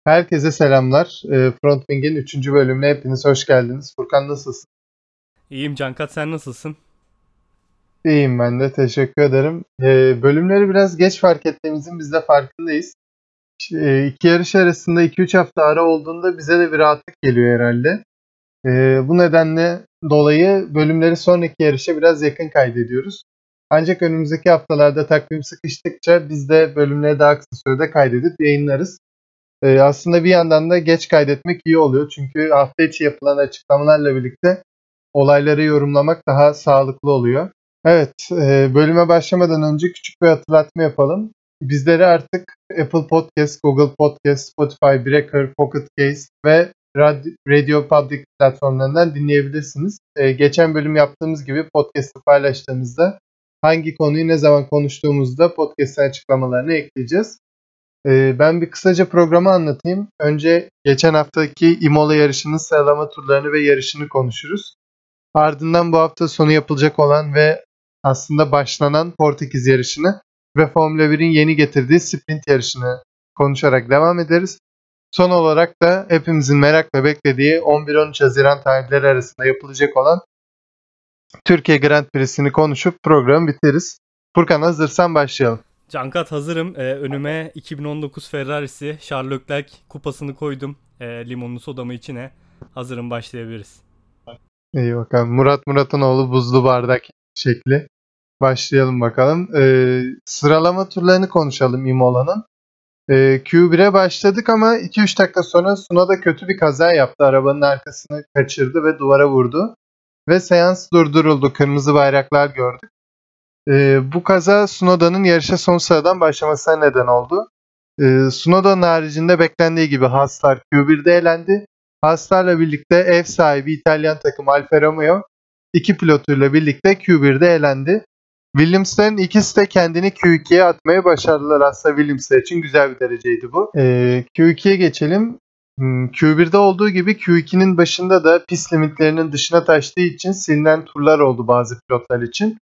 Herkese selamlar. Frontwing'in 3. bölümüne hepiniz hoş geldiniz. Furkan nasılsın? İyiyim Cankat, sen nasılsın? İyiyim ben de, teşekkür ederim. Bölümleri biraz geç fark ettiğimizin biz de farkındayız. İki yarış arasında 2-3 hafta ara olduğunda bize de bir rahatlık geliyor herhalde. Bu nedenle dolayı bölümleri sonraki yarışa biraz yakın kaydediyoruz. Ancak önümüzdeki haftalarda takvim sıkıştıkça biz de bölümleri daha kısa sürede kaydedip yayınlarız. Aslında bir yandan da geç kaydetmek iyi oluyor. Çünkü hafta içi yapılan açıklamalarla birlikte olayları yorumlamak daha sağlıklı oluyor. Evet, bölüme başlamadan önce küçük bir hatırlatma yapalım. Bizleri artık Apple Podcast, Google Podcast, Spotify, Breaker, Pocket Cast ve Radio Public platformlarından dinleyebilirsiniz. Geçen bölüm yaptığımız gibi podcast'ı paylaştığımızda hangi konuyu ne zaman konuştuğumuzda podcast'ın açıklamalarını ekleyeceğiz. Ben bir kısaca programı anlatayım. Önce geçen haftaki Imola yarışının sıralama turlarını ve yarışını konuşuruz. Ardından bu hafta sonu yapılacak olan ve aslında başlanan Portekiz yarışını ve Formula 1'in yeni getirdiği sprint yarışını konuşarak devam ederiz. Son olarak da hepimizin merakla beklediği 11-13 Haziran tarihleri arasında yapılacak olan Türkiye Grand Prix'sini konuşup programı bitiririz. Furkan, hazırsan başlayalım. Cankat hazırım. Önüme 2019 Ferrari'si Charles Leclerc kupasını koydum. Limonlu sodamı içine. Hazırım, başlayabiliriz. İyi bakalım. Muratoğlu buzlu bardak şekli. Başlayalım bakalım. Sıralama turlarını konuşalım Imola'nın. Q1'e başladık ama 2-3 dakika sonra Tsunoda kötü bir kaza yaptı. Arabanın arkasını kaçırdı ve duvara vurdu. Ve seans durduruldu. Kırmızı bayraklar gördük. Bu kaza Tsunoda'nın yarışa son sıradan başlamasına neden oldu. Tsunoda'nın haricinde beklendiği gibi Haaslar Q1'de elendi. Haaslarla birlikte ev sahibi İtalyan takım Alfa Romeo iki pilotuyla birlikte Q1'de elendi. Williams'ların ikisi de kendini Q2'ye atmayı başardılar. Aslında Williams'lar için güzel bir dereceydi bu. Q2'ye geçelim. Q1'de olduğu gibi Q2'nin başında da pist limitlerinin dışına taştığı için silinen turlar oldu bazı pilotlar için.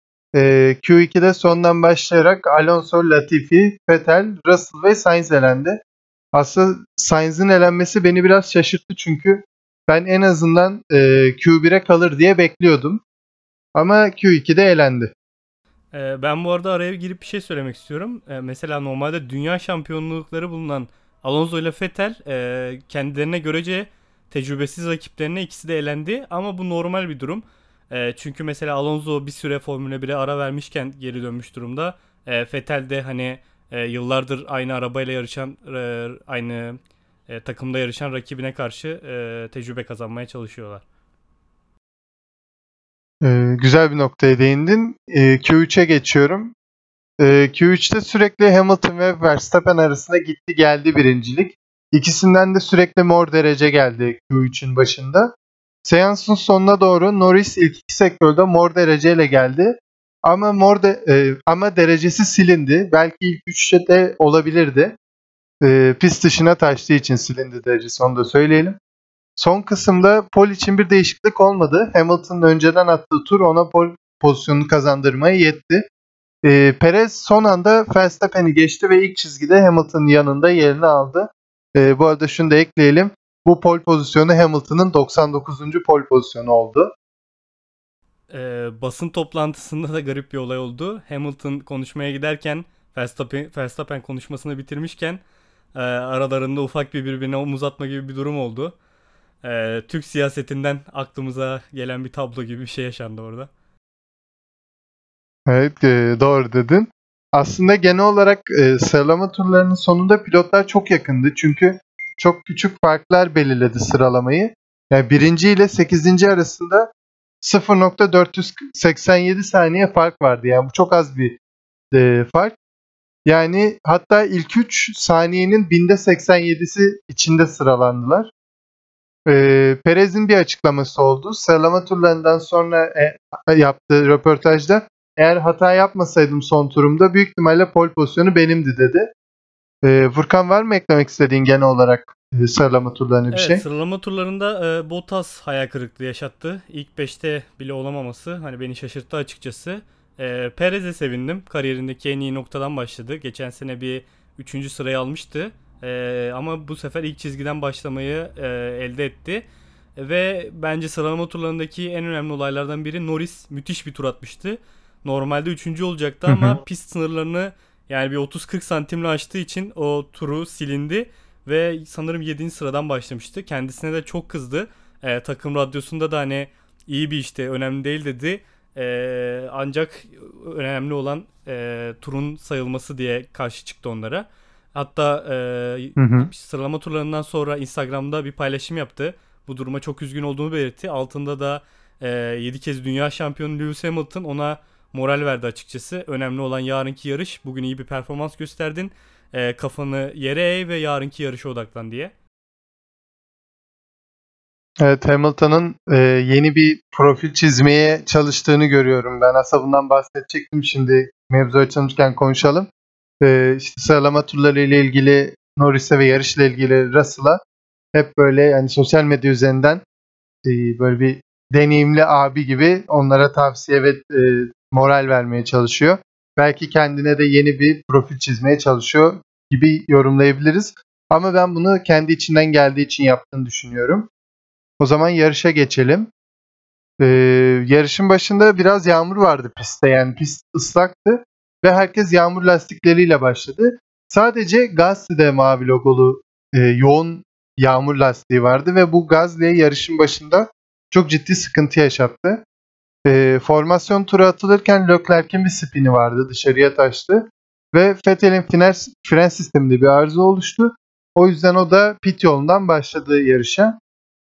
Q2'de sondan başlayarak Alonso, Latifi, Vettel, Russell ve Sainz elendi. Aslında Sainz'in elenmesi beni biraz şaşırttı çünkü ben en azından Q1'e kalır diye bekliyordum. Ama Q2'de elendi. Ben bu arada araya girip bir şey söylemek istiyorum. Mesela normalde dünya şampiyonlukları bulunan Alonso ile Vettel kendilerine görece tecrübesiz rakiplerine ikisi de elendi. Ama bu normal bir durum. Çünkü mesela Alonso bir süre Formula 1'e ara vermişken geri dönmüş durumda. Vettel de hani yıllardır aynı arabayla yarışan, aynı takımda yarışan rakibine karşı tecrübe kazanmaya çalışıyorlar. Güzel bir noktaya değindin. Q3'e geçiyorum. Q3'te sürekli Hamilton ve Verstappen arasında gitti geldi birincilik. İkisinden de sürekli mor derece geldi Q3'ün başında. Seansın sonuna doğru Norris ilk iki sektörde mor dereceyle geldi. Ama ama derecesi silindi. Belki ilk üçte de olabilirdi. Pist dışına taştığı için silindi derecesi, onu da söyleyelim. Son kısımda pole için bir değişiklik olmadı. Hamilton'ın önceden attığı tur ona pole pozisyonunu kazandırmaya yetti. Perez son anda Verstappen'i geçti ve ilk çizgide Hamilton'ın yanında yerini aldı. Bu arada şunu da ekleyelim. Bu pole pozisyonu Hamilton'ın 99. pole pozisyonu oldu. Basın toplantısında da garip bir olay oldu. Hamilton konuşmaya giderken Verstappen konuşmasını bitirmişken aralarında ufak bir birbirine omuz atma gibi bir durum oldu. Türk siyasetinden aklımıza gelen bir tablo gibi bir şey yaşandı orada. Evet, doğru dedin. Aslında genel olarak sıralama turlarının sonunda pilotlar çok yakındı. Çünkü çok küçük farklar belirledi sıralamayı. Yani birinci ile sekizinci arasında 0,487 saniye fark vardı. Yani bu çok az bir fark. Yani hatta ilk 3 saniyenin binde 87'si içinde sıralandılar. Perez'in bir açıklaması oldu. Sıralama turlarından sonra yaptığı röportajda eğer hata yapmasaydım son turumda büyük ihtimalle pole pozisyonu benimdi dedi. Furkan, var mı eklemek istediğin genel olarak sıralama turlarına bir Evet, şey? sıralama turlarında Bottas hayal kırıklığı yaşattı. İlk beşte bile olamaması hani beni şaşırttı açıkçası. Perez'e sevindim. Kariyerindeki en iyi noktadan başladı. Geçen sene bir üçüncü sırayı almıştı. Ama bu sefer ilk çizgiden başlamayı elde etti. Ve bence sıralama turlarındaki en önemli olaylardan biri, Norris müthiş bir tur atmıştı. Normalde 3. olacaktı Hı hı. ama pist sınırlarını yani bir 30-40 santimle aştığı için o turu silindi ve sanırım 7. sıradan başlamıştı. Kendisine de çok kızdı. Takım radyosunda da hani iyi bir işte, önemli değil dedi. Ancak önemli olan turun sayılması diye karşı çıktı onlara. Hatta Hı hı. sıralama turlarından sonra Instagram'da bir paylaşım yaptı. Bu duruma çok üzgün olduğunu belirtti. Altında da 7 kez dünya şampiyonu Lewis Hamilton ona moral verdi açıkçası. Önemli olan yarınki yarış. Bugün iyi bir performans gösterdin. Kafanı yere eğ ve yarınki yarışa odaklan diye. Evet, Hamilton'ın yeni bir profil çizmeye çalıştığını görüyorum. Ben aslında bundan bahsedecektim. Şimdi mevzu açılmışken konuşalım. İşte sıralama turları ile ilgili Norris'e ve yarışla ilgili Russell'a hep böyle yani sosyal medya üzerinden böyle bir deneyimli abi gibi onlara tavsiye ve moral vermeye çalışıyor. Belki kendine de yeni bir profil çizmeye çalışıyor gibi yorumlayabiliriz. Ama ben bunu kendi içinden geldiği için yaptığını düşünüyorum. O zaman yarışa geçelim. Ee, Yarışın başında biraz yağmur vardı pistte, yani pist ıslaktı ve herkes yağmur lastikleriyle başladı. Sadece Gasly'de mavi logolu yoğun yağmur lastiği vardı ve bu Gasly'ye yarışın başında çok ciddi sıkıntı yaşattı. Formasyon turu atılırken Leclerc'in bir spini vardı, dışarıya taştı ve Vettel'in fren sisteminde bir arıza oluştu. O yüzden o da pit yolundan başladı yarışa.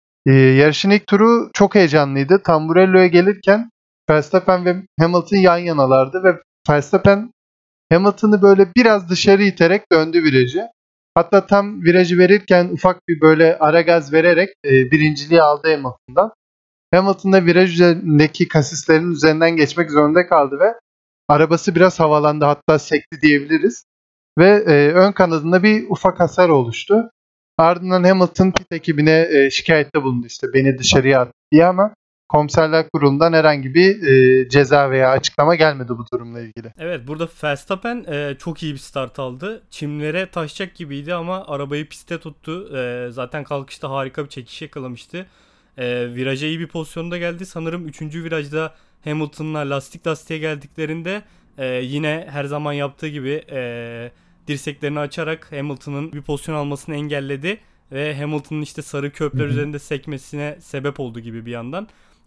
Yarışın ilk turu çok heyecanlıydı. Tamburello'ya gelirken Verstappen ve Hamilton yan yanalardı ve Verstappen Hamilton'ı böyle biraz dışarı iterek döndü virajı. Hatta tam virajı verirken ufak bir böyle ara gaz vererek birinciliği aldı Hamilton'dan. Hamilton da viraj üzerindeki kasislerin üzerinden geçmek zorunda kaldı ve arabası biraz havalandı, hatta sekti diyebiliriz. Ve ön kanadında bir ufak hasar oluştu. Ardından Hamilton pit ekibine şikayette bulundu, işte beni dışarıya attı diye, ama Komiserler Kurulu'ndan herhangi bir ceza veya açıklama gelmedi bu durumla ilgili. Evet, burada Verstappen çok iyi bir start aldı. Çimlere taşacak gibiydi ama arabayı piste tuttu. Zaten kalkışta harika bir çekiş yakalamıştı. Viraja iyi bir pozisyonda geldi. Sanırım 3. virajda Hamilton'la lastik lastiğe geldiklerinde yine her zaman yaptığı gibi dirseklerini açarak Hamilton'ın bir pozisyon almasını engelledi. Ve Hamilton'ın işte sarı Hı köprüler hı. üzerinde sekmesine sebep oldu gibi bir yandan.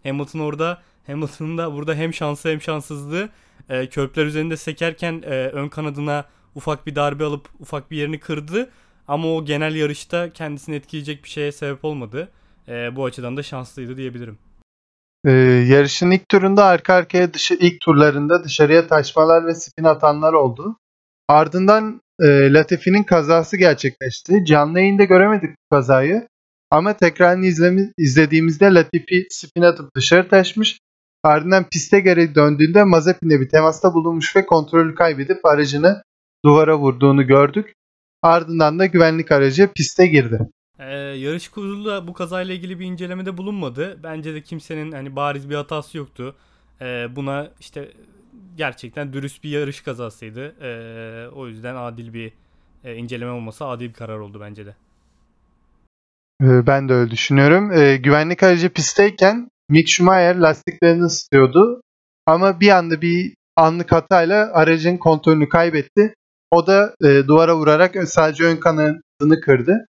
Hamilton'ın da burada hem şansı hem şanssızlığı. Köprüler üzerinde sekerken ön kanadına ufak bir darbe alıp ufak bir yerini kırdı. Ama o genel yarışta kendisini etkileyecek bir şeye sebep olmadı. Bu açıdan da şanslıydı diyebilirim. Yarışın ilk turunda arka arkaya ilk turlarında dışarıya taşmalar ve spin atanlar oldu. Ardından Latifi'nin kazası gerçekleşti. Canlı yayında göremedik bu kazayı. Ama tekrarını izlediğimizde Latifi spin atıp dışarı taşmış. Ardından piste geri döndüğünde Mazepin'le bir temasta bulunmuş ve kontrolü kaybedip aracını duvara vurduğunu gördük. Ardından da güvenlik aracı piste girdi. Yarış kurulu da bu kazayla ilgili bir incelemede bulunmadı. Bence de kimsenin hani bariz bir hatası yoktu. Buna işte gerçekten dürüst bir yarış kazasıydı. O yüzden adil bir inceleme olması adil bir karar oldu bence de. Ben de öyle düşünüyorum. Güvenlik aracı pistteyken Mick Schumacher lastiklerini ısıtıyordu. Ama bir anda bir anlık hatayla aracın kontrolünü kaybetti. O da duvara vurarak sadece ön kanadını kırdı.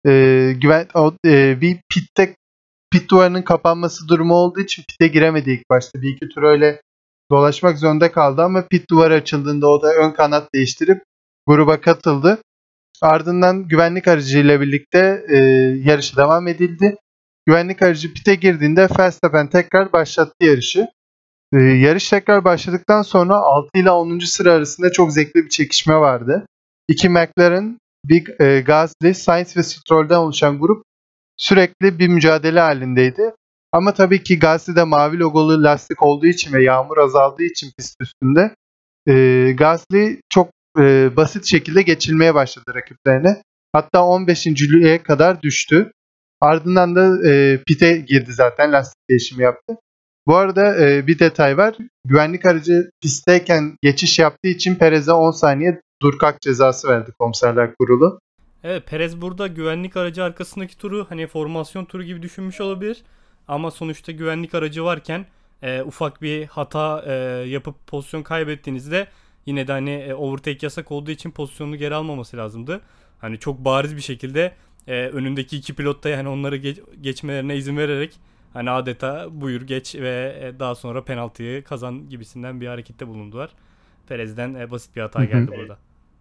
Bir pit duvarının kapanması durumu olduğu için pite giremedi ilk başta. Bir iki tur öyle dolaşmak zorunda kaldı ama pit duvarı açıldığında o da ön kanat değiştirip gruba katıldı. Ardından güvenlik aracıyla birlikte yarışa devam edildi. Güvenlik aracı pite girdiğinde Verstappen tekrar başlattı yarışı. Yarış tekrar başladıktan sonra 6 ile 10. sıra arasında çok zevkli bir çekişme vardı. İki McLaren, Gasly, Sainz ve Stroll'den oluşan grup sürekli bir mücadele halindeydi. Ama tabii ki Gasly'de mavi logolu lastik olduğu için ve yağmur azaldığı için pist üstünde Gasly çok basit şekilde geçilmeye başladı rakiplerine. Hatta 15.lüğe kadar düştü. Ardından da pite girdi, zaten lastik değişimi yaptı. Bu arada bir detay var. Güvenlik aracı pistteyken geçiş yaptığı için Perez'e 10 saniye dur kalk cezası verdi Komiserler Kurulu. Evet, Perez burada güvenlik aracı arkasındaki turu hani formasyon turu gibi düşünmüş olabilir. Ama sonuçta güvenlik aracı varken ufak bir hata yapıp pozisyon kaybettiğinizde yine de hani overtake yasak olduğu için pozisyonunu geri almaması lazımdı. Hani çok bariz bir şekilde önündeki iki pilot da yani onları geçmelerine izin vererek hani adeta buyur geç ve daha sonra penaltıyı kazan gibisinden bir harekette bulundular. Perez'den basit bir Hı hata hı. geldi burada.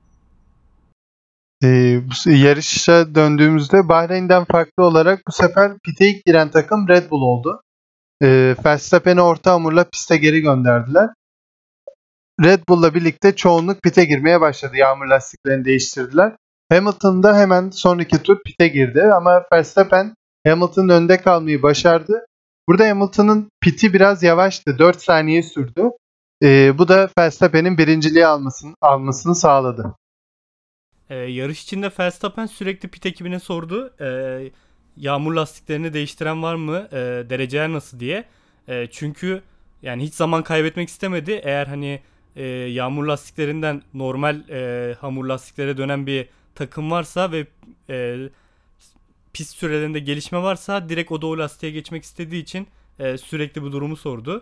Bu yarışa döndüğümüzde Bahreyn'den farklı olarak bu sefer pite ilk giren takım Red Bull oldu. Verstappen'i orta hamurla piste geri gönderdiler. Red Bull'la birlikte çoğunluk pite girmeye başladı. Yağmur lastiklerini değiştirdiler. Hamilton da hemen sonraki tur pite girdi ama Verstappen Hamilton'ın önünde kalmayı başardı. Burada Hamilton'ın piti biraz yavaştı. 4 saniye sürdü. Bu da Verstappen'in birinciliği almasını sağladı. Yarış içinde Verstappen sürekli pit ekibine sordu. Yağmur lastiklerini değiştiren var mı? Dereceler nasıl diye. Çünkü yani hiç zaman kaybetmek istemedi. Eğer hani yağmur lastiklerinden normal hamur lastiklere dönen bir takım varsa ve e, pist sürelerinde gelişme varsa direkt o lastiğe geçmek istediği için sürekli bu durumu sordu.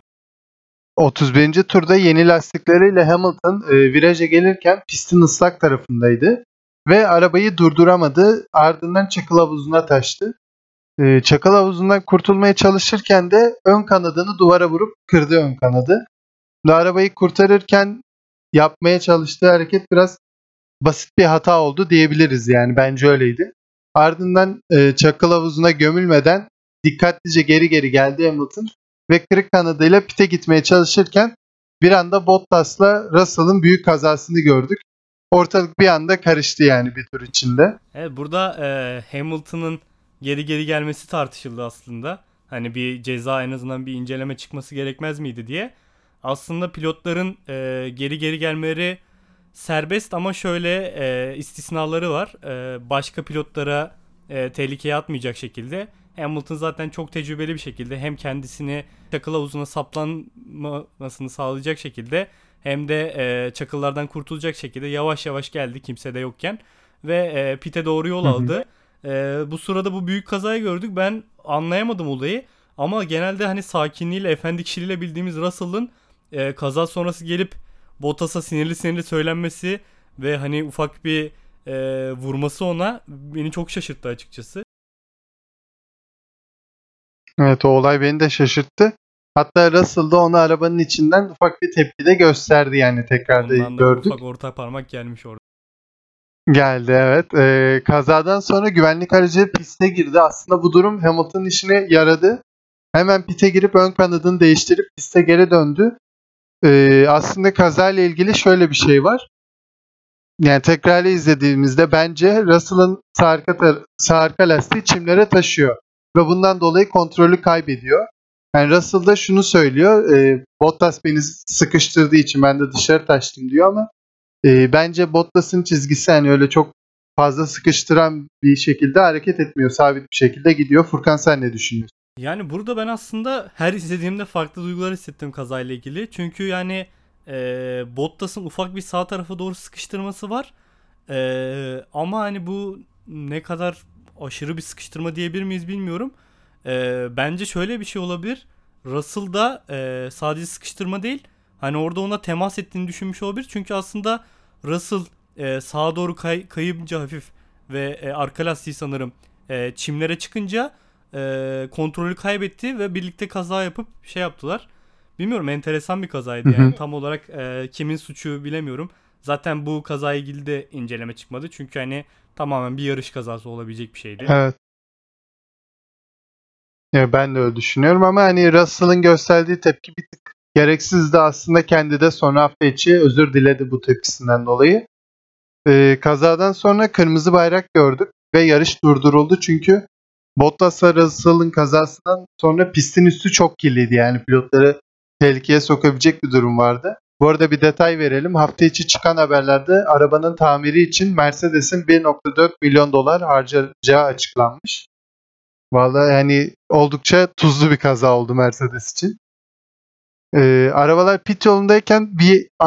31. turda yeni lastikleriyle Hamilton viraja gelirken pistin ıslak tarafındaydı ve arabayı durduramadı. Ardından çakıl havuzuna taştı. Çakıl havuzundan kurtulmaya çalışırken de ön kanadını duvara vurup kırdı ön kanadı. Ve arabayı kurtarırken yapmaya çalıştığı hareket biraz basit bir hata oldu diyebiliriz yani bence öyleydi. Ardından çakıl havuzuna gömülmeden dikkatlice geri geri geldi Hamilton ve kırık kanadıyla pite gitmeye çalışırken bir anda Bottas'la Russell'ın büyük kazasını gördük. Ortalık bir anda karıştı yani bir tur içinde. Evet, burada Hamilton'ın geri geri gelmesi tartışıldı aslında. Hani bir ceza en azından bir inceleme çıkması gerekmez miydi diye. Aslında pilotların geri geri gelmeleri serbest ama şöyle istisnaları var. Başka pilotlara tehlikeye atmayacak şekilde. Hamilton zaten çok tecrübeli bir şekilde hem kendisini çakıl havuzuna saplanmasını sağlayacak şekilde hem de çakıllardan kurtulacak şekilde yavaş yavaş geldi kimse de yokken ve pite doğru yol Hı hı. aldı. Bu sırada bu büyük kazayı gördük. Ben anlayamadım olayı. Ama genelde hani sakinliğiyle, efendi kişiliğiyle bildiğimiz Russell'ın kaza sonrası gelip Bottas'a sinirli sinirli söylenmesi ve hani ufak bir vurması ona beni çok şaşırttı açıkçası. Evet, o olay beni de şaşırttı. Hatta Russell da onu arabanın içinden ufak bir tepki de gösterdi yani tekrar da Ondan da bir gördük. ufak orta parmak gelmiş orada. Geldi evet. Kazadan sonra güvenlik aracı piste girdi. Aslında bu durum Hamilton'ın işine yaradı. Hemen pite girip ön kanadını değiştirip piste geri döndü. Aslında kazayla ilgili şöyle bir şey var. Yani tekrarlı izlediğimizde bence Russell'ın sağ arka lastiği çimlere taşıyor. Ve bundan dolayı kontrolü kaybediyor. Yani Russell da şunu söylüyor. Bottas beni sıkıştırdığı için ben de dışarı taştım diyor ama bence Bottas'ın çizgisi hani öyle çok fazla sıkıştıran bir şekilde hareket etmiyor. Sabit bir şekilde gidiyor. Furkan sen ne düşünüyorsun? Yani burada ben aslında her izlediğimde farklı duygular hissettim kazayla ilgili. Çünkü yani Bottas'ın ufak bir sağ tarafa doğru sıkıştırması var. Ama hani bu ne kadar aşırı bir sıkıştırma diyebilir miyiz bilmiyorum. Bence şöyle bir şey olabilir. Russell'da sadece sıkıştırma değil. Hani orada ona temas ettiğini düşünmüş olabilir. Çünkü aslında Russell sağa doğru kayınca hafif ve arka lastiği sanırım çimlere çıkınca kontrolü kaybetti ve birlikte kaza yapıp şey yaptılar. Bilmiyorum, enteresan bir Hı kazaydı hı. yani tam olarak kimin suçu bilemiyorum. Zaten bu kazayla ilgili de inceleme çıkmadı. Çünkü hani tamamen bir yarış kazası olabilecek bir şeydi. Evet. Ya ben de öyle düşünüyorum ama hani Russell'ın gösterdiği tepki bir tık gereksizdi aslında kendi de sonra hafta içi özür diledi bu tepkisinden dolayı. Kazadan sonra kırmızı bayrak gördük ve yarış durduruldu çünkü Bottas'la Russell'ın kazasından sonra pistin üstü çok kirliydi yani pilotları tehlikeye sokabilecek bir durum vardı. Bu arada bir detay verelim. Hafta içi çıkan haberlerde arabanın tamiri için Mercedes'in 1,4 milyon dolar harcayacağı açıklanmış. Vallahi yani oldukça tuzlu bir kaza oldu Mercedes için. Arabalar pit yolundayken bir an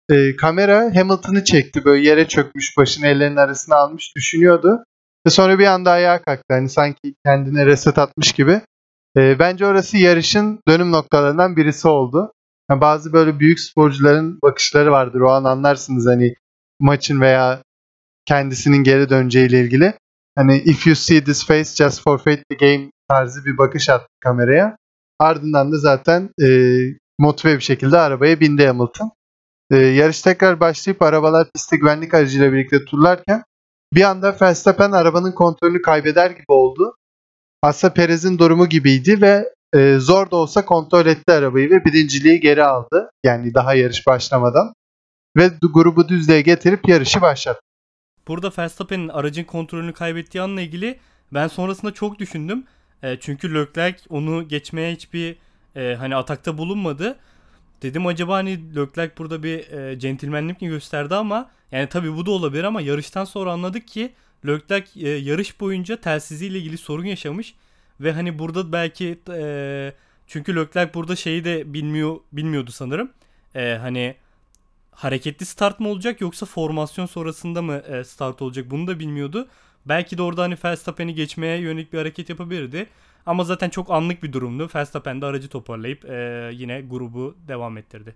kamera Hamilton'ı çekti. Böyle yere çökmüş, başını ellerinin arasına almış, düşünüyordu. Ve sonra bir anda ayağa kalktı. Hani sanki kendine reset atmış gibi. Bence orası yarışın dönüm noktalarından birisi oldu. Yani bazı böyle büyük sporcuların bakışları vardır. O an anlarsınız hani maçın veya kendisinin geri döneceğiyle ilgili. Hani if you see this face just forfeit the game tarzı bir bakış attı kameraya. Ardından da zaten motive bir şekilde arabaya bindi Hamilton. Yarış tekrar başlayıp arabalar pistte güvenlik aracıyla birlikte turlarken bir anda Verstappen arabanın kontrolünü kaybeder gibi oldu. Aslında Perez'in durumu gibiydi ve zor da olsa kontrol etti arabayı ve birinciliği geri aldı. Yani daha yarış başlamadan. Ve grubu düzlüğe getirip yarışı başlattı. Burada Verstappen'in aracın kontrolünü kaybettiği anla ilgili ben sonrasında çok düşündüm. Çünkü Leclerc onu geçmeye hiçbir hani atakta bulunmadı. Dedim acaba hani Leclerc burada bir centilmenlik mi gösterdi ama yani tabii bu da olabilir ama yarıştan sonra anladık ki Leclerc yarış boyunca telsiziyle ilgili sorun yaşamış ve hani burada belki çünkü Leclerc burada şeyi de bilmiyordu sanırım. Hani hareketli start mı olacak yoksa formasyon sonrasında mı start olacak bunu da bilmiyordu. Belki de orada hani Verstappen'i geçmeye yönelik bir hareket yapabilirdi. Ama zaten çok anlık bir durumdu. Verstappen de aracı toparlayıp yine grubu devam ettirdi.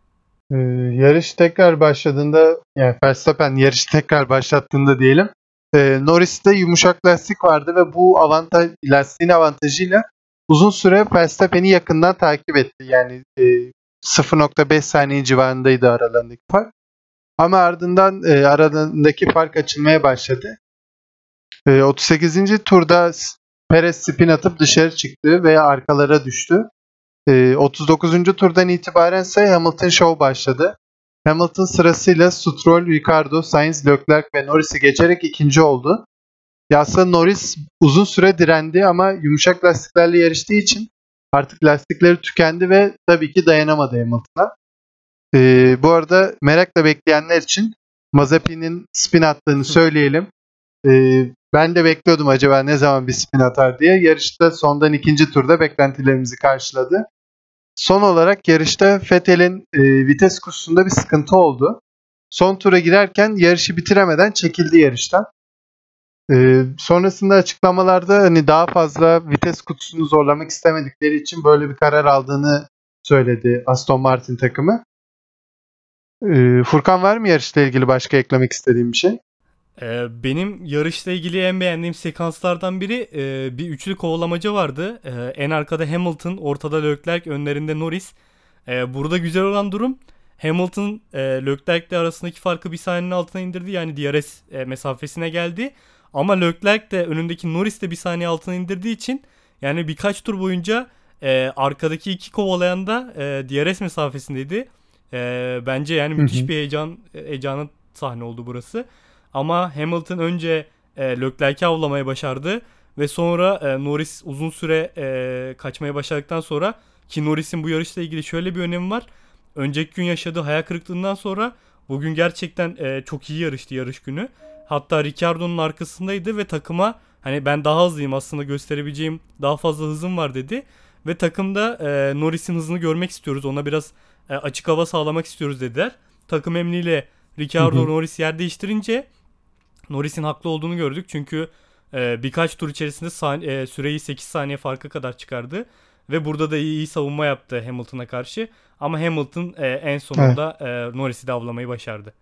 Yarış tekrar başladığında yani Verstappen yarışı tekrar başlattığında diyelim Norris'te yumuşak lastik vardı ve bu lastiğin avantajıyla uzun süre Verstappen'i yakından takip etti. Yani 0.5 saniye civarındaydı aralarındaki fark. Ama ardından aralarındaki fark açılmaya başladı. 38. turda Perez spin atıp dışarı çıktı ve arkalara düştü. 39. turdan itibaren ise Hamilton Show başladı. Hamilton sırasıyla Stroll, Ricciardo, Sainz, Leclerc ve Norris'i geçerek ikinci oldu. Ya aslında Norris uzun süre direndi ama yumuşak lastiklerle yarıştığı için artık lastikleri tükendi ve tabii ki dayanamadı Hamilton'a. Bu arada merakla bekleyenler için Mazepin'in spin attığını söyleyelim. Ben de bekliyordum acaba ne zaman bir spin atar diye. Yarışta sondan ikinci turda beklentilerimizi karşıladı. Son olarak yarışta Vettel'in vites kutusunda bir sıkıntı oldu. Son tura girerken yarışı bitiremeden çekildi yarıştan. Sonrasında açıklamalarda hani daha fazla vites kutusunu zorlamak istemedikleri için böyle bir karar aldığını söyledi Aston Martin takımı. Furkan var mı yarışla ilgili başka eklemek istediğim bir şey? Benim yarışla ilgili en beğendiğim sekanslardan biri bir üçlü kovalamaca vardı. En arkada Hamilton, ortada Leclerc, önlerinde Norris. Burada güzel olan durum Hamilton Leclerc ile arasındaki farkı bir saniyenin altına indirdi. Yani DRS mesafesine geldi. Ama Leclerc de önündeki Norris de bir saniye altına indirdiği için yani birkaç tur boyunca arkadaki iki kovalayan da DRS mesafesindeydi. Bence yani Hı müthiş hı. bir heyecanın sahne oldu burası. Ama Hamilton önce Leclerc'i avlamayı başardı ve sonra Norris uzun süre kaçmaya başladıktan sonra ki Norris'in bu yarışla ilgili şöyle bir önemi var. Önceki gün yaşadığı hayal kırıklığından sonra bugün gerçekten çok iyi yarıştı yarış günü. Hatta Ricciardo'nun arkasındaydı ve takıma hani ben daha hızlıyım aslında gösterebileceğim daha fazla hızım var dedi. Ve takımda Norris'in hızını görmek istiyoruz. Ona biraz açık hava sağlamak istiyoruz dediler. Takım emniyle Hı Ricciardo hı. Norris yer değiştirince Norris'in haklı olduğunu gördük. Çünkü birkaç tur içerisinde süreyi 8 saniye farka kadar çıkardı. Ve burada da iyi savunma yaptı Hamilton'a karşı. Ama Hamilton en Evet. sonunda Norris'i de avlamayı başardı.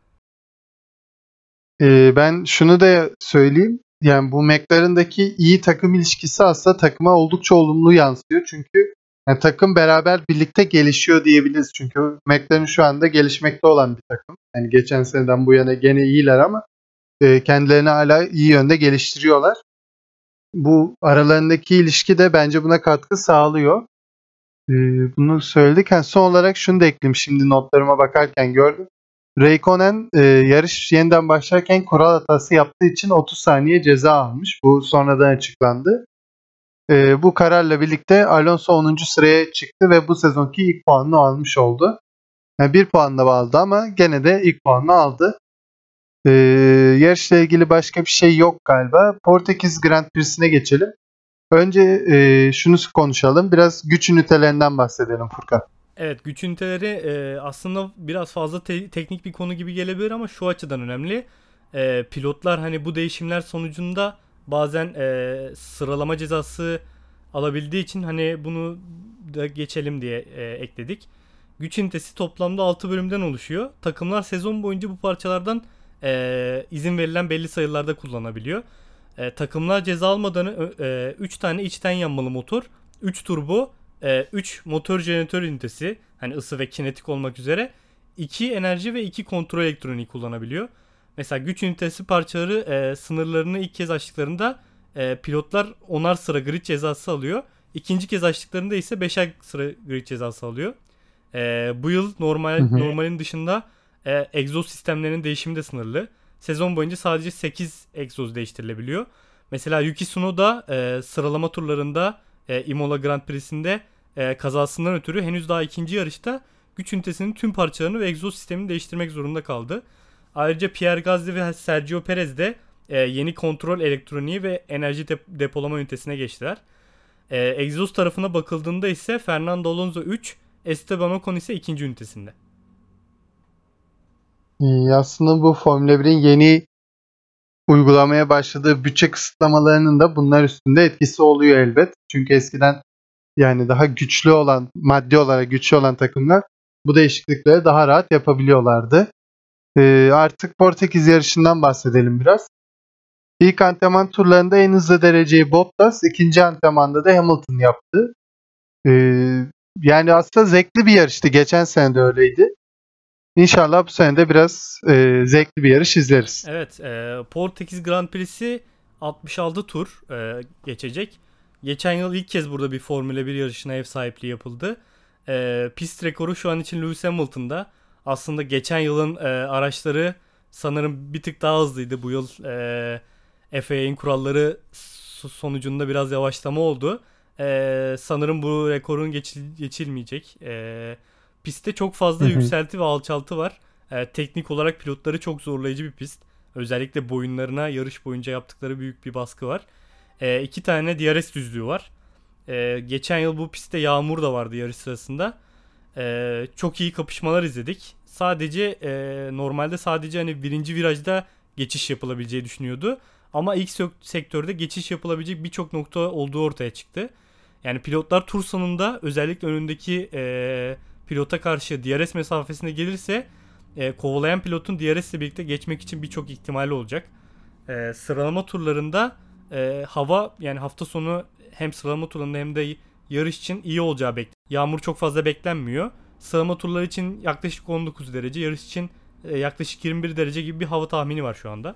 Ben şunu da söyleyeyim. Yani bu McLaren'daki iyi takım ilişkisi aslında takıma oldukça olumlu yansıyor. Çünkü yani takım beraber birlikte gelişiyor diyebiliriz. Çünkü McLaren şu anda gelişmekte olan bir takım. Yani geçen seneden bu yana gene iyiler ama kendilerini hala iyi yönde geliştiriyorlar. Bu aralarındaki ilişki de bence buna katkı sağlıyor. Ee, Bunu söyledik. Ha, son olarak şunu da ekleyeyim. Şimdi notlarıma bakarken gördüm. Raikkonen yarış yeniden başlarken kural hatası yaptığı için 30 saniye ceza almış. Bu sonradan açıklandı. Bu kararla birlikte Alonso 10. sıraya çıktı ve bu sezonki ilk puanını almış oldu. Yani bir puanla aldı ama gene de ilk puanını aldı. Ee, Yarışla ilgili başka bir şey yok galiba. Portekiz Grand Prix'sine geçelim. Önce şunu konuşalım. Biraz güç ünitelerinden bahsedelim Furkan. Evet, güç üniteleri aslında biraz fazla teknik bir konu gibi gelebilir ama şu açıdan önemli. Pilotlar hani bu değişimler sonucunda bazen sıralama cezası alabildiği için hani bunu da geçelim diye ekledik. Güç ünitesi toplamda 6 bölümden oluşuyor. Takımlar sezon boyunca bu parçalardan izin verilen belli sayılarda kullanabiliyor. Takımlar ceza almadan 3 tane içten yanmalı motor, 3 turbo, 3 motor jeneratör ünitesi, hani ısı ve kinetik olmak üzere 2 enerji ve 2 kontrol elektroniği kullanabiliyor. Mesela güç ünitesi parçaları sınırlarını ilk kez açtıklarında pilotlar 10'ar sıra grid cezası alıyor. İkinci kez açtıklarında ise 5'er sıra grid cezası alıyor. Bu yıl Hı hı. normalin dışında egzoz sistemlerinin değişimi de sınırlı. Sezon boyunca sadece 8 egzoz değiştirilebiliyor. Mesela Yuki Tsunoda sıralama turlarında Imola Grand Prix'sinde kazasından ötürü henüz daha ikinci yarışta güç ünitesinin tüm parçalarını ve egzoz sistemini değiştirmek zorunda kaldı. Ayrıca Pierre Gasly ve Sergio Perez de yeni kontrol elektroniği ve enerji depolama ünitesine geçtiler. Egzoz tarafına bakıldığında ise Fernando Alonso 3, Esteban Ocon ise ikinci ünitesinde. Aslında bu Formula 1'in yeni uygulamaya başladığı bütçe kısıtlamalarının da bunlar üstünde etkisi oluyor elbet. Çünkü eskiden yani daha güçlü olan, maddi olarak güçlü olan takımlar bu değişiklikleri daha rahat yapabiliyorlardı. Artık Portekiz yarışından bahsedelim biraz. İlk antrenman turlarında en hızlı dereceyi Bottas, ikinci antrenmanda da Hamilton yaptı. Ee, Yani aslında zevkli bir yarıştı. Geçen sene de öyleydi. İnşallah bu sene de biraz zevkli bir yarış izleriz. Evet, Portekiz Grand Prix'si 66 tur geçecek. Geçen yıl ilk kez burada bir Formula 1 yarışına ev sahipliği yapıldı. Pist rekoru şu an için Lewis Hamilton'da. Aslında geçen yılın araçları sanırım bir tık daha hızlıydı. Bu yıl FIA'nin kuralları sonucunda biraz yavaşlama oldu. Sanırım bu rekorun geçilmeyecek. Pistte çok Hı fazla hı. yükselti ve alçaltı var. Teknik olarak pilotları çok zorlayıcı bir pist. Özellikle boyunlarına yarış boyunca yaptıkları büyük bir baskı var. İki tane DRS düzlüğü var. Geçen yıl bu pistte yağmur da vardı yarış sırasında. Çok iyi kapışmalar izledik. Sadece normalde sadece hani birinci virajda geçiş yapılabileceği düşünüyordu. Ama ilk sektörde geçiş yapılabilecek birçok nokta olduğu ortaya çıktı. Yani pilotlar tur sonunda özellikle önündeki pilota karşı DRS mesafesine gelirse kovalayan pilotun DRS ile birlikte geçmek için birçok ihtimali olacak. Sıralama turlarında hava yani hafta sonu hem sıralama turlarında hem de yarış için iyi olacağı bekleniyor. Yağmur çok fazla beklenmiyor. Sıralama turları için yaklaşık 19 derece, yarış için yaklaşık 21 derece gibi bir hava tahmini var şu anda.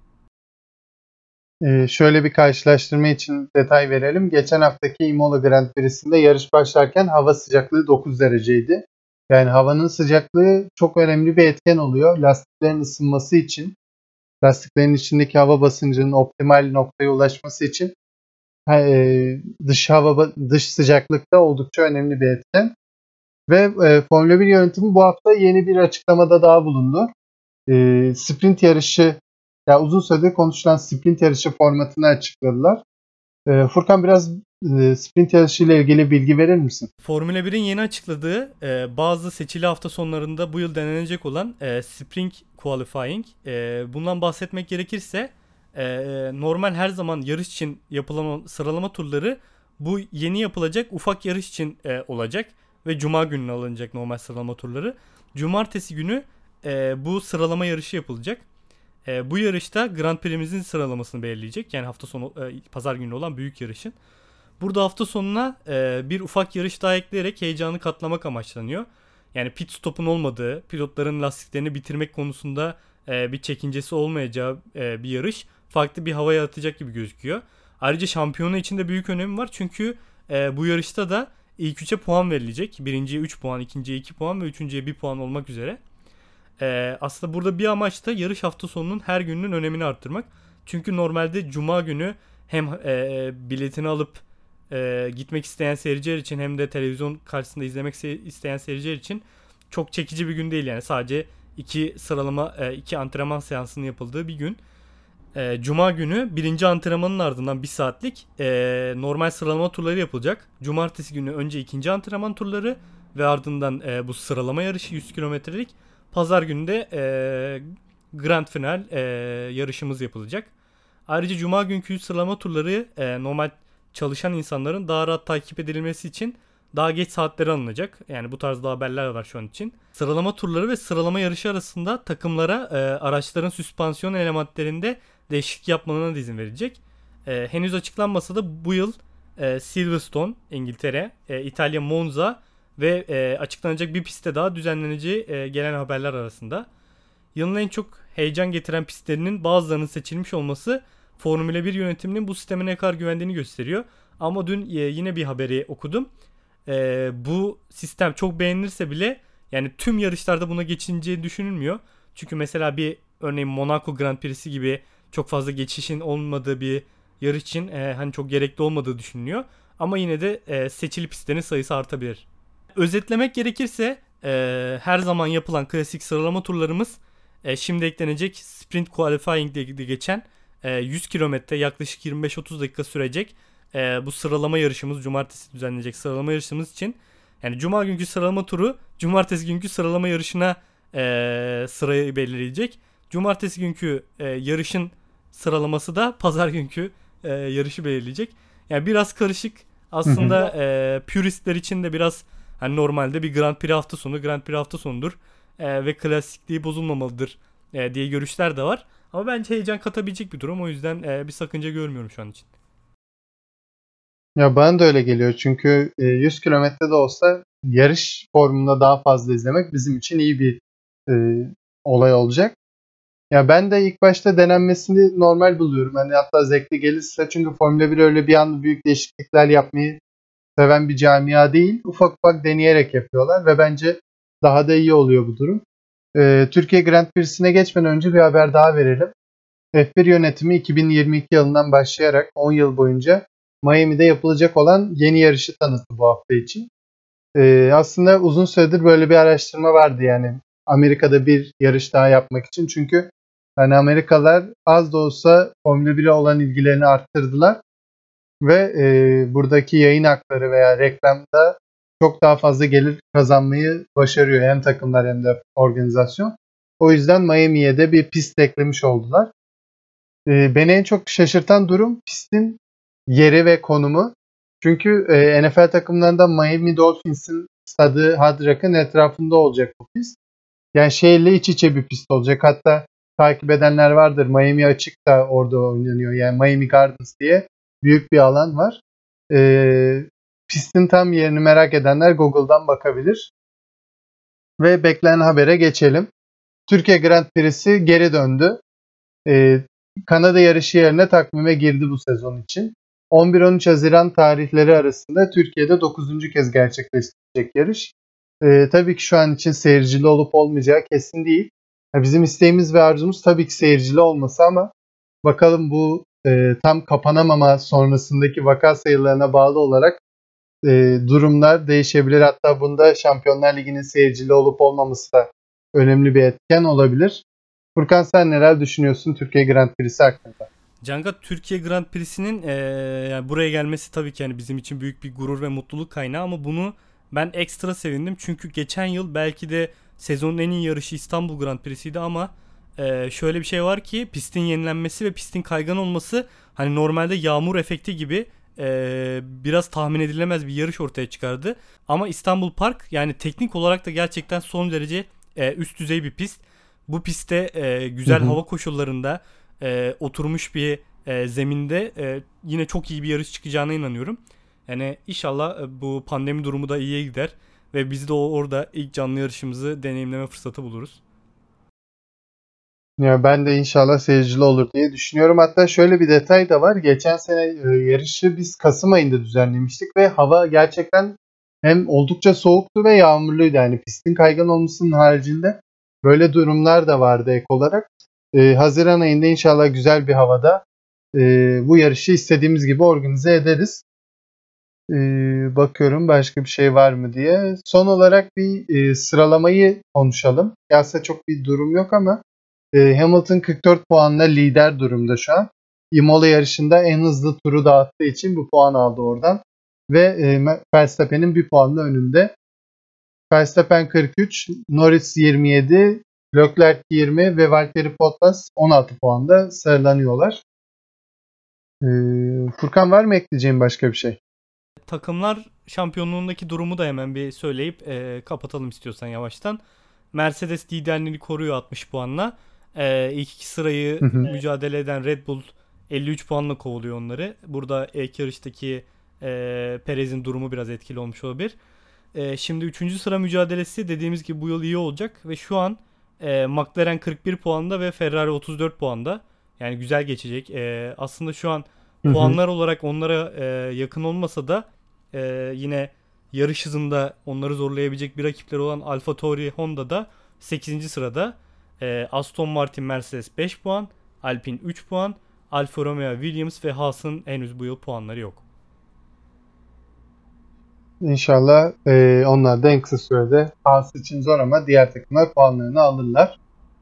Şöyle bir karşılaştırma için detay verelim. Geçen haftaki Imola Grand Prix'sinde yarış başlarken hava sıcaklığı 9 dereceydi. Yani havanın sıcaklığı çok önemli bir etken oluyor. Lastiklerin ısınması için, lastiklerin içindeki hava basıncının optimal noktaya ulaşması için dış sıcaklık da oldukça önemli bir etken. Ve Formula 1 yönetimi bu hafta yeni bir açıklamada daha bulundu. Sprint yarışı, ya uzun süredir konuşulan sprint yarışı formatını açıkladılar. Furkan biraz sprint yarışı ile ilgili bilgi verir misin? Formula 1'in yeni açıkladığı bazı seçili hafta sonlarında bu yıl denenecek olan Spring Qualifying. Bundan bahsetmek gerekirse normal her zaman yarış için yapılan sıralama turları bu yeni yapılacak ufak yarış için olacak ve Cuma gününe alınacak normal sıralama turları. Cumartesi günü bu sıralama yarışı yapılacak. Bu yarışta Grand Prix'imizin sıralamasını belirleyecek. Yani hafta sonu pazar günü olan büyük yarışın. Burada hafta sonuna bir ufak yarış daha ekleyerek heyecanı katlamak amaçlanıyor. Yani pit stopun olmadığı, pilotların lastiklerini bitirmek konusunda bir çekincesi olmayacağı bir yarış farklı bir hava yaratacak gibi gözüküyor. Ayrıca şampiyona için de büyük önemi var çünkü bu yarışta da ilk 3'e puan verilecek. Birinciye 3 puan, ikinciye 2 puan ve üçüncüye 1 puan olmak üzere. Aslında burada bir amaç da yarış hafta sonunun her gününün önemini arttırmak. Çünkü normalde cuma günü hem biletini alıp gitmek isteyen seyirciler için hem de televizyon karşısında izlemek isteyen seyirciler için çok çekici bir gün değil yani sadece iki antrenman seansının yapıldığı bir gün. Cuma günü birinci antrenmanın ardından bir saatlik normal sıralama turları yapılacak. Cumartesi günü önce ikinci antrenman turları ve ardından bu sıralama yarışı 100 kilometrelik. Pazar günü de grand final yarışımız yapılacak. Ayrıca cuma günkü sıralama turları normal çalışan insanların daha rahat takip edilmesi için daha geç saatlere alınacak. Yani bu tarzda haberler var şu an için. Sıralama turları ve sıralama yarışı arasında takımlara araçların süspansiyon elementlerinde değişiklik yapmalarına da izin verilecek. Henüz açıklanmasa da bu yıl Silverstone, İngiltere, İtalya Monza ve açıklanacak bir pistte daha düzenleneceği gelen haberler arasında. Yılın en çok heyecan getiren pistlerinin bazılarının seçilmiş olması Formula 1 yönetiminin bu sisteme ne kadar güvendiğini gösteriyor. Ama dün yine bir haberi okudum. Bu sistem çok beğenilirse bile yani tüm yarışlarda buna geçince düşünülmüyor. Çünkü mesela bir örneğin Monaco Grand Prix'si gibi çok fazla geçişin olmadığı bir yarış için hani çok gerekli olmadığı düşünülüyor. Ama yine de seçili pistlerin sayısı artabilir. Özetlemek gerekirse her zaman yapılan klasik sıralama turlarımız şimdi eklenecek Sprint Qualifying diye geçen 100 kilometre yaklaşık 25-30 dakika sürecek bu sıralama yarışımız, cumartesi düzenlenecek sıralama yarışımız için yani cuma günkü sıralama turu cumartesi günkü sıralama yarışına sırayı belirleyecek. Cumartesi günkü yarışın sıralaması da pazar günkü yarışı belirleyecek. Yani biraz karışık. Aslında puristler için de biraz hani normalde bir Grand Prix hafta sonu Grand Prix hafta sonudur ve klasikliği bozulmamalıdır diye görüşler de var. Ama bence heyecan katabilecek bir durum. O yüzden bir sakınca görmüyorum şu an için. Ya bana da öyle geliyor çünkü 100 kilometre de olsa yarış formunda daha fazla izlemek bizim için iyi bir e, olay olacak. Ya ben de ilk başta denenmesini normal buluyorum. Hani hatta zevkli gelirse çünkü Formula 1 öyle bir anda büyük değişiklikler yapmayı seven bir camia değil. Ufak ufak deneyerek yapıyorlar ve bence daha da iyi oluyor bu durum. Türkiye Grand Prix'sine geçmeden önce bir haber daha verelim. F1 yönetimi 2022 yılından başlayarak 10 yıl boyunca Miami'de yapılacak olan yeni yarışı tanıttı bu hafta için. Aslında uzun süredir böyle bir araştırma vardı yani Amerika'da bir yarış daha yapmak için. Çünkü hani Amerikalılar az da olsa Formula 1'e olan ilgilerini arttırdılar ve buradaki yayın hakları veya reklamda çok daha fazla gelir kazanmayı başarıyor hem takımlar hem de organizasyon. O yüzden Miami'ye de bir pist eklemiş oldular. Beni en çok şaşırtan durum pistin yeri ve konumu. Çünkü NFL takımlarında Miami Dolphins'in stadı Hard Rock'ın etrafında olacak bu pist. Yani şehirle iç içe bir pist olacak. Hatta takip edenler vardır. Miami açık da orada oynanıyor. Yani Miami Gardens diye büyük bir alan var. Pistin tam yerini merak edenler Google'dan bakabilir. Ve beklenen habere geçelim. Türkiye Grand Prix'si geri döndü. Ee, Kanada yarışı yerine takvime girdi bu sezon için. 11-13 Haziran tarihleri arasında Türkiye'de 9. kez gerçekleştirecek yarış. Tabii ki şu an için seyircili olup olmayacağı kesin değil. Bizim isteğimiz ve arzumuz tabii ki seyircili olması ama bakalım bu tam kapanamama sonrasındaki vaka sayılarına bağlı olarak durumlar değişebilir. Hatta bunda Şampiyonlar Ligi'nin seyircili olup olmaması da önemli bir etken olabilir. Furkan sen neler düşünüyorsun Türkiye Grand Prix'si hakkında? Canga Türkiye Grand Prix'sinin yani buraya gelmesi tabii ki yani bizim için büyük bir gurur ve mutluluk kaynağı ama bunu ben ekstra sevindim. Çünkü geçen yıl belki de sezonun en iyi yarışı İstanbul Grand Prix'siydi ama şöyle bir şey var ki pistin yenilenmesi ve pistin kaygan olması hani normalde yağmur efekti gibi biraz tahmin edilemez bir yarış ortaya çıkardı. Ama İstanbul Park yani teknik olarak da gerçekten son derece üst düzey bir pist. Bu pistte Hı güzel hı. hava koşullarında oturmuş bir zeminde yine çok iyi bir yarış çıkacağına inanıyorum. Yani inşallah bu pandemi durumu da iyiye gider ve biz de orada ilk canlı yarışımızı deneyimleme fırsatı buluruz. Ya ben de inşallah seyircili olur diye düşünüyorum. Hatta şöyle bir detay da var. Geçen sene yarışı biz Kasım ayında düzenlemiştik ve hava gerçekten hem oldukça soğuktu ve yağmurluydu. Yani pistin kaygan olmasının haricinde böyle durumlar da vardı ek olarak. Haziran ayında inşallah güzel bir havada e, bu yarışı istediğimiz gibi organize ederiz. Bakıyorum başka bir şey var mı diye. Son olarak bir sıralamayı konuşalım. Aslında çok bir durum yok ama Hamilton 44 puanla lider durumda şu an. Imola yarışında en hızlı turu dağıttığı için bu puan aldı oradan. Ve Verstappen'in bir puanla önünde. Verstappen 43, Norris 27, Leclerc 20 ve Valtteri Bottas 16 puanda sıralanıyorlar. Furkan, var mı ekleyeceğin başka bir şey? Takımlar şampiyonluğundaki durumu da hemen bir söyleyip kapatalım istiyorsan yavaştan. Mercedes liderliğini koruyor 60 puanla. İlk iki sırayı Hı hı. mücadele eden Red Bull 53 puanla kovalıyor onları. Burada ilk yarıştaki Perez'in durumu biraz etkili olmuş olabilir. Şimdi üçüncü sıra mücadelesi dediğimiz gibi bu yıl iyi olacak ve şu an McLaren 41 puanda ve Ferrari 34 puanda. Yani güzel geçecek. Aslında şu an Hı hı. puanlar olarak onlara yakın olmasa da yine yarış hızında onları zorlayabilecek bir rakipleri olan AlphaTauri Honda da 8. sırada. Aston Martin Mercedes 5 puan, Alpine 3 puan, Alfa Romeo Williams ve Haas'ın henüz bu yıl puanları yok. İnşallah onlar da en kısa sürede, Haas için zor ama diğer takımlar puanlarını alırlar.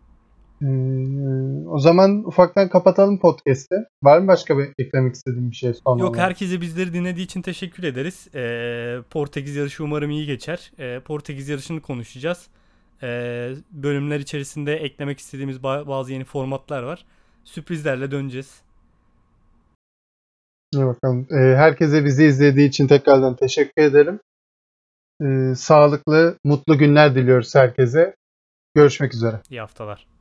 O zaman ufaktan kapatalım podcast'i. Var mı başka bir eklemek istediğim bir şey son Yok, olarak? herkese bizleri dinlediği için teşekkür ederiz. Portekiz yarışı umarım iyi geçer. Portekiz yarışını konuşacağız. Bölümler içerisinde eklemek istediğimiz bazı yeni formatlar var. Sürprizlerle döneceğiz. İyi bakalım. Herkese bizi izlediği için tekrardan teşekkür ederim. Sağlıklı, mutlu günler diliyoruz herkese. Görüşmek üzere. İyi haftalar.